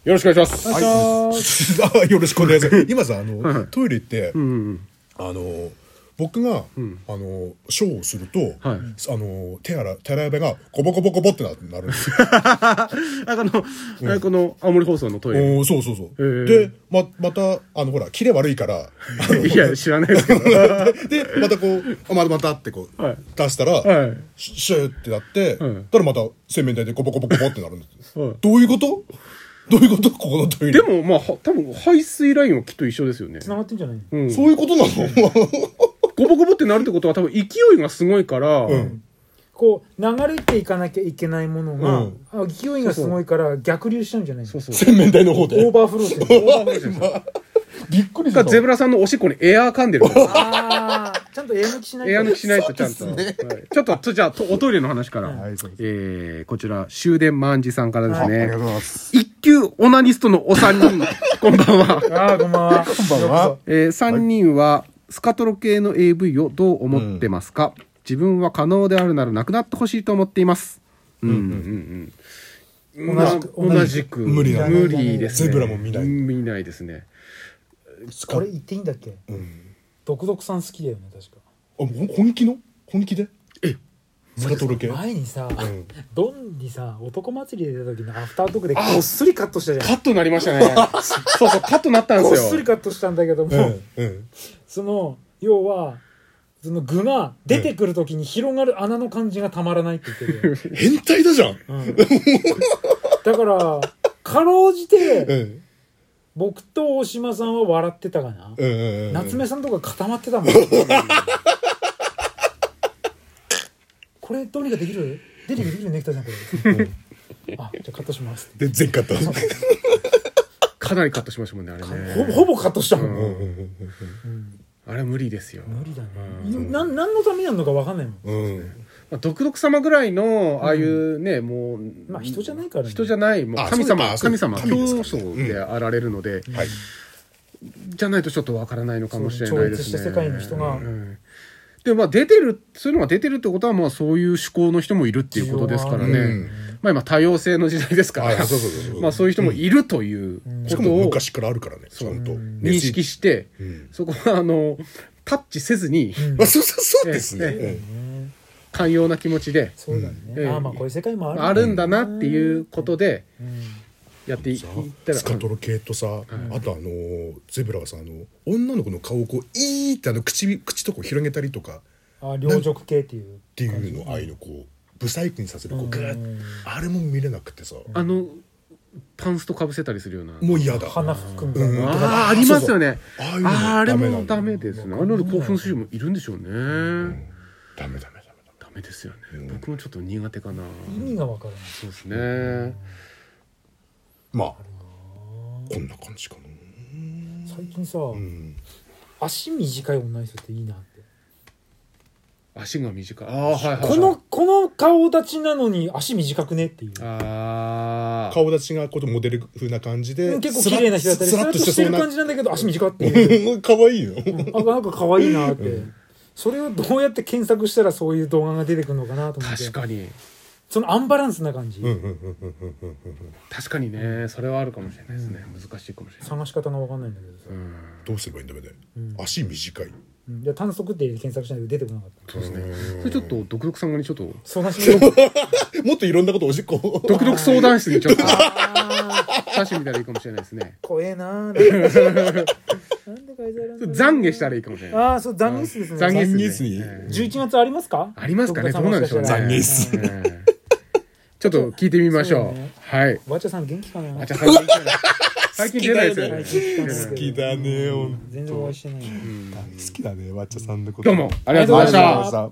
よろしくお願いします。 はい。よろしくお願いします。今さ、トイレ行って、僕が、ショーをすると、手洗い場がコボコボコボってなるんですよ。 この青森放送のトイレ。 そう。で、また、ほら、キレ悪いから、 いや、知らないですけど。 で、またこう、またってこう、出したら、シューってなって、たらまた洗面台でコボコボコボってなるんです。どういうことここのトイレ。 でも、まあ、多分、排水ラインはきっと一緒ですよね。 繋がってんじゃない？ そういうことなの？ ゴボゴボってなるってことは多分勢いがすごいから、 こう流れていかなきゃいけないものが、勢いがすごいから逆流しちゃうんじゃないの？ 洗面台の方でオーバーフローしてる。 びっくりした。 ゼブラさんのおしっこにエアー噛んでる。 ちゃんとエア抜きしないと。 エア抜きしないとちゃんと。ちょっとじゃあおトイレの話から。こちら終電万事さんからですね。 ありがとうございます。 一級オナニストのお三人、こんばんは。 こんばんは。 3人はスカトロ系の AV をどう思ってますか？自分は可能であるならなくなってほしいと思っています。同じく無理ですね。 ゼブラも見ないですね。 これ言っていいんだっけ？独特さん好きだよね、確か。 本気でスカトロ系前にさ、ドンにさ、男祭りで出た時のアフタートークでこっそりカットしたじゃん。 カットになりましたね。そうカットになったんですよ。 こっそりカットしたんだけども、その要はその具が出てくる時に広がる穴の感じがたまらないって言ってて。 変態だじゃん。 だからかろうじて僕と大島さんは笑ってたかな。夏目さんとか固まってたもん。これどうにかできる？出てくるネクタイさんこれ。じゃあカットします。 で全カット。 かなりカットしましたもんね、あれね。 ほぼカットしたもん。 あれは無理ですよ。 無理だね。何のためにやるのか分かんないもん。 独特様ぐらいのああいうね、もうまあ人じゃないからね。 人じゃない、もう神様教祖であられるので、じゃないとちょっとわからないのかもしれないですね。 超越した世界の人が。 でもまあ出てる、そういうのが出てるってことはまあそういう思考の人もいるっていうことですからね。まあ今多様性の時代ですから、まあそういう人もいるということを昔からあるからね、ちゃんと認識して、そこはタッチせずに、 そうですね。 寛容な気持ちで、 そうだね。まあこういう世界もあるんだなっていうことでやっていったら、 スカトロ系とさ、あとゼブラはさ、女の子の顔をこういーって口とこ広げたりとか、 両辱系っていうの、ああいうのこうブサイクにさせる、こうグー、あれも見れなくてさ、 パンストかぶせたりするような、 もう嫌だ。 鼻吹くみたいな。 ありますよね。あれもダメですね。あれで興奮する人もいるんでしょうね。 ダメですよね。僕もちょっと苦手かな。 意味がわからない。 そうですね。 まあこんな感じかな。 最近さ、足短い女の人っていいなって。 足が短い。 この顔立ちなのに足短くねっていう。 顔立ちがこうモデル風な感じで結構綺麗な人だったりスラッとしてる感じなんだけど足短っていう。 可愛いよ。 なんか可愛いなって。それをどうやって検索したらそういう動画が出てくるのかなと思って。 確かにそのアンバランスな感じ。 確かにね、それはあるかもしれないですね。難しいかもしれない。 探し方が分かんないんだけどさ。 どうすればいいんだべね。足短い。 いや短足って検索しないと出てこなかった。 そうですね。それちょっと独特さんがにちょっと相談してもっといろんなことを独特相談室にちょっと差してみたらいいかもしれないですね。 怖えな。なんで書いてあるんだ。 懺悔したらいいかもしれない。 そう懺悔室ですね。 懺悔室に 11月ありますか？ ありますかね。どうなんでしょうね。 懺悔室。 ちょっと聞いてみましょう。はい。 わちゃさん元気かな。 わちゃさん元気かな。最近出ないですよね。 好きだね。 全然お会いしてない。 好きだね、わっちゃさんのこと。 どうもありがとうございました。